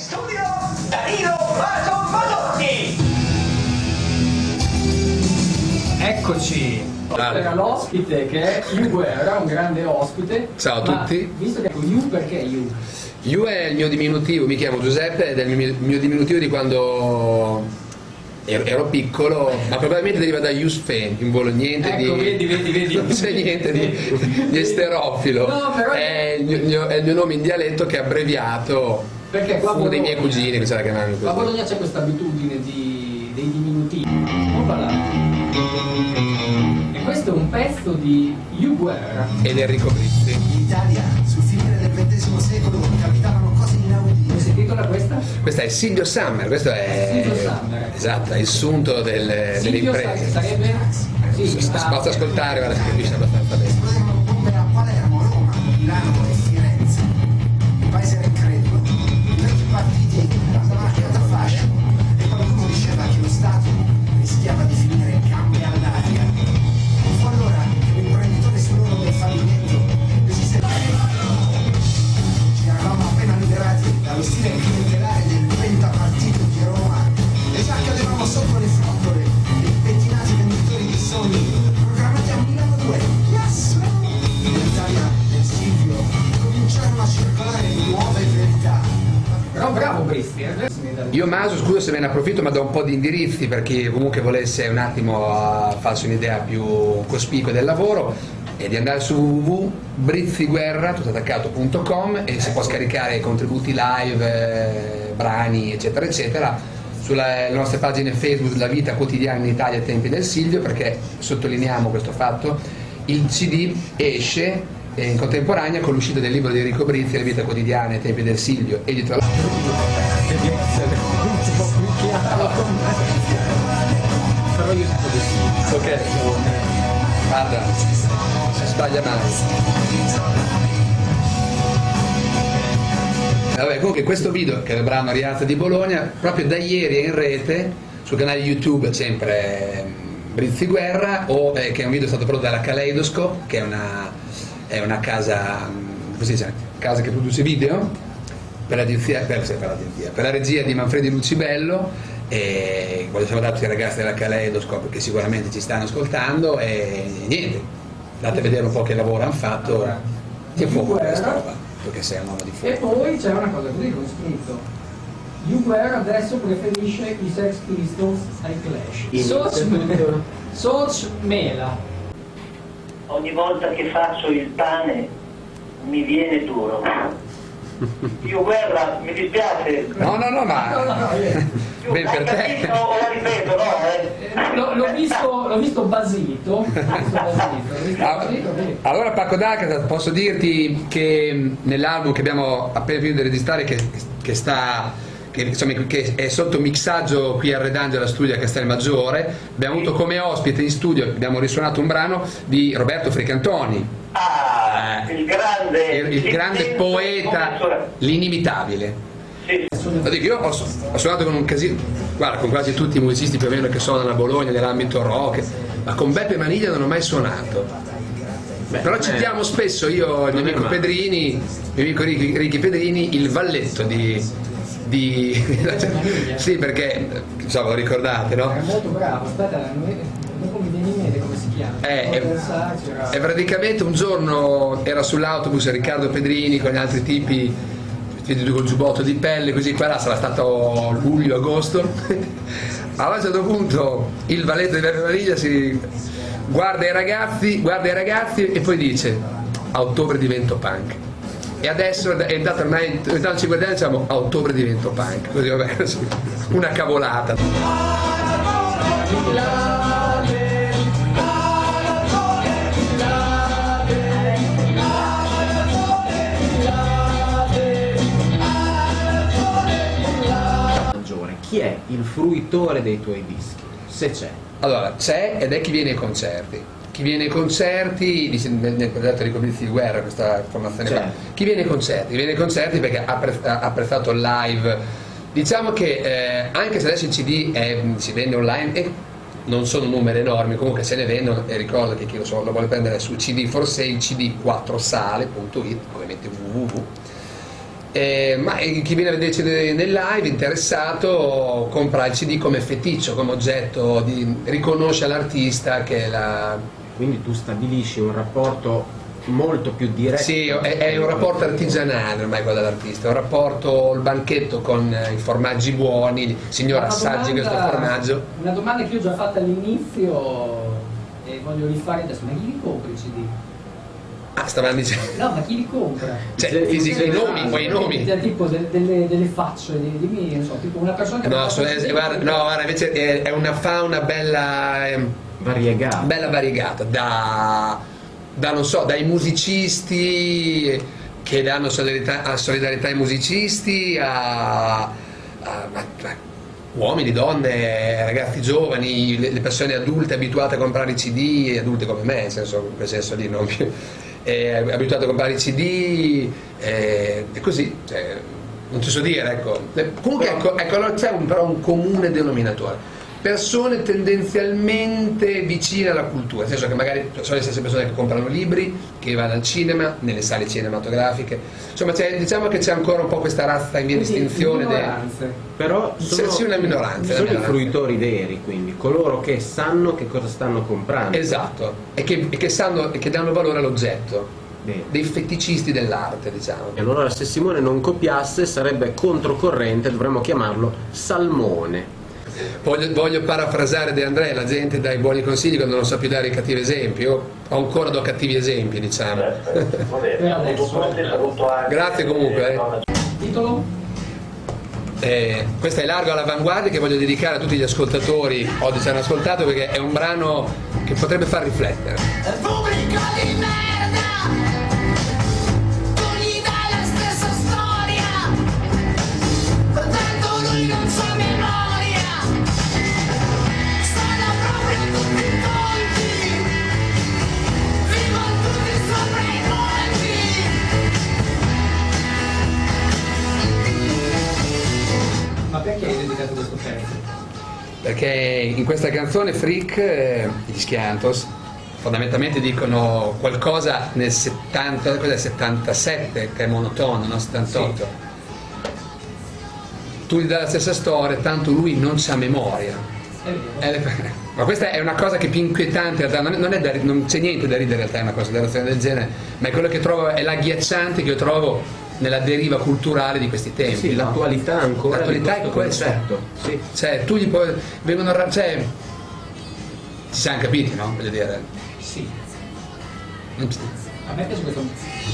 studio Danilo Maggiotti. Eccoci. Era l'ospite che è Yu Guerra, un grande ospite. Ciao a tutti. Visto che Yu, perché Yu? Yu è il mio diminutivo, mi chiamo Giuseppe ed è il mio diminutivo di quando ero piccolo, ma probabilmente deriva da Yusfen, in bolognese. Ecco, vedi. Non c'è niente di esterofilo. No, però è il mio nome in dialetto che è abbreviato. Perché qua uno dei miei cugini che c'era a chiamarmi così. A Bologna c'è questa abitudine dei diminutivi. Non parlare. E questo è un pezzo di Yu Guerra Ed Enrico Brizzi. In Italia, sul finire del XX secolo, capitavano cose inaudite. come si intitola questa? Questa è Silvio Summer, questo è Silvio Summer. Esatto, è il sunto delle Silvio imprese. sarebbe? Sì, Basta ascoltare, guarda, si capisce abbastanza bene. Esplodevano bombe a Palermo, Roma, Milano e Firenze. Il paese era incredulo. I vecchi partiti andavano a da fascio e qualcuno diceva che lo Stato rischiava di finire in gambe all'aria. Fu allora che l'imprenditore sull'orlo del fallimento decise ci eravamo appena liberati dallo stile clientelare del pentapartito di Roma e già cadevamo sotto le frottole dei pettinati venditori di sogni programmati a Milano 2. Yes! Nell'Italia del Silvio cominciarono a circolare nuove verità. Però bravo Brizzi, Io Maso, scusa se me ne approfitto, ma do un po' di indirizzi per chi comunque volesse un attimo farsi un'idea più cospicua del lavoro, e di andare su www.brizziguerra.com e si può scaricare i contributi live, brani eccetera eccetera sulle nostre pagine Facebook La vita quotidiana in Italia ai tempi del Silvio, perché sottolineiamo questo fatto, il CD esce in contemporanea con l'uscita del libro di Enrico Brizzi, La vita quotidiana ai tempi del Silvio, e tra però io dico di sì. ok, guarda, si sbaglia mai. Vabbè, comunque questo video, che è il brano Rialza di Bologna, proprio da ieri è in rete sul canale YouTube, sempre Brizzi Guerra, che è un video stato prodotto dalla Kaleidoscope, che è una casa, così dice, casa che produce video per la regia di Manfredi Lucibello, e voglio salutare tutti i ragazzi della Kaleidoscope che sicuramente ci stanno ascoltando, e niente, andate a vedere un po' che lavoro hanno fatto. Allora, Ti fuoco Guerra. questa roba, perché sei un uomo di E fuoco. poi c'è una cosa così con scritto: Yu Guerra adesso preferisce i Sex Pistols ai Clash. Soc Mela. Ogni volta che faccio il pane mi viene duro. Io Guerra, mi dispiace. No, ma ben per te. O la ripeto, no? L'ho visto basito. Allora Paco D'Arcata, posso dirti che nell'album che abbiamo appena finito di registrare, che è sotto mixaggio qui a Redangela Studio a Castelmaggiore, abbiamo avuto come ospite in studio, abbiamo risuonato un brano di Roberto Fricantoni, il grande poeta, l'inimitabile. Sì. Io ho suonato con un casino, guarda, con quasi tutti i musicisti più o meno che suonano a Bologna nell'ambito rock, ma con Beppe Maniglia non ho mai suonato. Però citiamo spesso, io il mio amico Pedrini, il mio amico Ricky Pedrini, il valletto di sì, perché insomma, lo ricordate, no? Era molto bravo, aspetta, dopo mi viene in mente come si chiama. E praticamente un giorno era sull'autobus Riccardo Pedrini con gli altri tipi col giubbotto di pelle, così qua là, sarà stato luglio-agosto. Allora a un certo punto il valletto di Beppe Maniglia si guarda i ragazzi e poi dice: a ottobre divento punk. E adesso è andato ormai, intanto ci guardiamo e diciamo: a ottobre divento punk. Così vabbè, così, una cavolata. Chi è il fruitore dei tuoi dischi? Se c'è. Allora, c'è, ed è chi viene ai concerti. Chi viene ai concerti, dice nel progetto di Brizzi Guerra, questa formazione qua. Chi viene ai concerti? Viene ai concerti perché ha apprezzato il live. Diciamo che anche se adesso il CD si vende online e non sono numeri enormi, comunque se ne vendono, e ricordo che chi lo vuole prendere su CD for sale, cd4sale.it, ovviamente www. Ma chi viene a vederci nel live interessato compra il CD come feticcio, come oggetto, riconosce l'artista che è la... Quindi tu stabilisci un rapporto molto più diretto. Sì, è un rapporto artigianale ormai quello dell'artista, è un rapporto, il banchetto con i formaggi buoni, signora assaggi questo formaggio. Una domanda che io ho già fatto all'inizio e voglio rifare adesso, ma chi li compra i CD? Ah, stavano dicendo... No, ma chi li compra? Cioè, i nomi, poi i nomi. Tipo delle facce, dimmi, non so, tipo una persona che... Guarda, invece è una fauna bella... Variegata. Bella variegata, non so, dai musicisti che danno solidarietà ai musicisti a uomini, donne, ragazzi giovani, le persone adulte abituate a comprare i CD, adulte come me, nel senso, in quel senso lì, non più, abituate a comprare i CD, e così, cioè, non ti so dire, ecco. Comunque ecco, c'è però un comune denominatore. Persone tendenzialmente vicine alla cultura, nel senso che magari sono le stesse persone che comprano libri, che vanno al cinema, nelle sale cinematografiche, insomma diciamo che c'è ancora un po' questa razza in via di estinzione. Però sono una minoranza. Sono i fruitori veri, quindi coloro che sanno che cosa stanno comprando. Esatto, e che sanno e che danno valore all'oggetto. Bene. Dei feticisti dell'arte, diciamo. E allora se Simone non copiasse sarebbe controcorrente, dovremmo chiamarlo salmone. Voglio parafrasare De André, la gente dà i buoni consigli quando non sa più dare i cattivi esempi. Io ancora do cattivi esempi, diciamo. Va bene, saluto anche. Grazie comunque. Titolo? Questo è Largo all'avanguardia, che voglio dedicare a tutti gli ascoltatori oggi ci hanno ascoltato, perché è un brano che potrebbe far riflettere. Pubblico di merda, tu gli dai la stessa storia, tanto lui non sa memoria, stanno proprio tutti conti, vivono tutti sopra i monti. Ma perché hai dedicato questo pezzo? Perché in questa canzone Freak, gli Schiantos, fondamentalmente dicono qualcosa nel 70, cos'è, 77, che è monotono, no? 78. Sì. Tu gli dai la stessa storia, tanto lui non c'ha memoria. È vero. Ma questa è una cosa che è più inquietante, in realtà non c'è niente da ridere in realtà, è una considerazione del genere, ma è quello che trovo, è l'agghiacciante che io trovo nella deriva culturale di questi tempi. Sì, no? l'attualità ancora. L'attualità è questa. Sì. Cioè, tu gli puoi. Vengono. Cioè. Ci siamo capiti, no? Voglio dire. Sì. A me piace questo.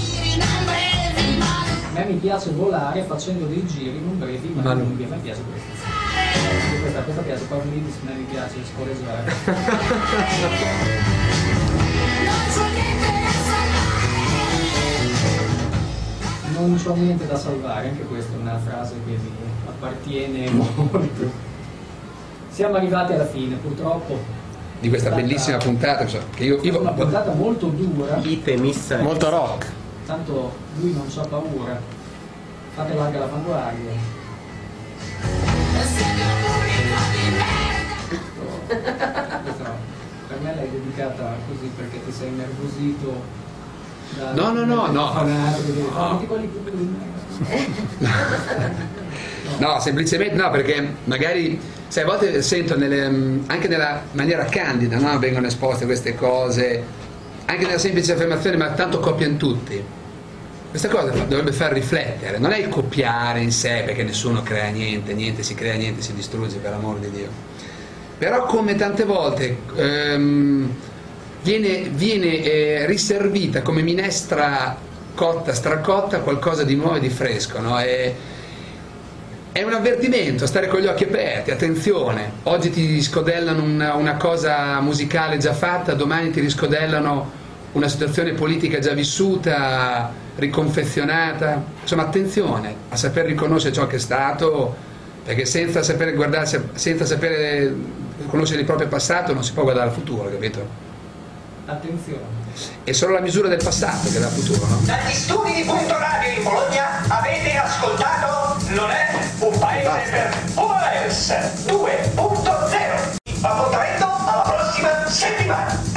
A me mi piace volare facendo dei giri non brevi ma lunghi. A me piace questo. Questa piace, proprio lì a me mi piace scorreggiare. Non c'ho niente da salvare, anche questa è una frase che mi appartiene molto. Siamo arrivati alla fine, purtroppo. Di questa bellissima puntata, che io una puntata molto dura. Molto rock. Tanto lui non c'ha paura. Fate larga l'avanguardia. Questa per me l'hai dedicata così perché ti sei innervosito. No, semplicemente no, perché magari sai, a volte sento anche nella maniera candida, no? Vengono esposte queste cose, anche nella semplice affermazione, ma tanto copiano tutti. Questa cosa dovrebbe far riflettere, non è il copiare in sé, perché nessuno crea niente, niente si crea, niente si distrugge, per l'amor di Dio. Però come tante volte viene riservita come minestra cotta, stracotta, qualcosa di nuovo e di fresco, no? È un avvertimento, stare con gli occhi aperti, attenzione, oggi ti riscodellano una cosa musicale già fatta, domani ti riscodellano una situazione politica già vissuta, riconfezionata, insomma attenzione a saper riconoscere ciò che è stato, perché senza sapere guardarsi, senza sapere conoscere il proprio passato non si può guardare al futuro, capito? Attenzione. È solo la misura del passato che dà il futuro, no? Dagli studi di Punto Radio di Bologna avete ascoltato Non è un paese per Boomers 2.0. Appuntamento alla prossima settimana.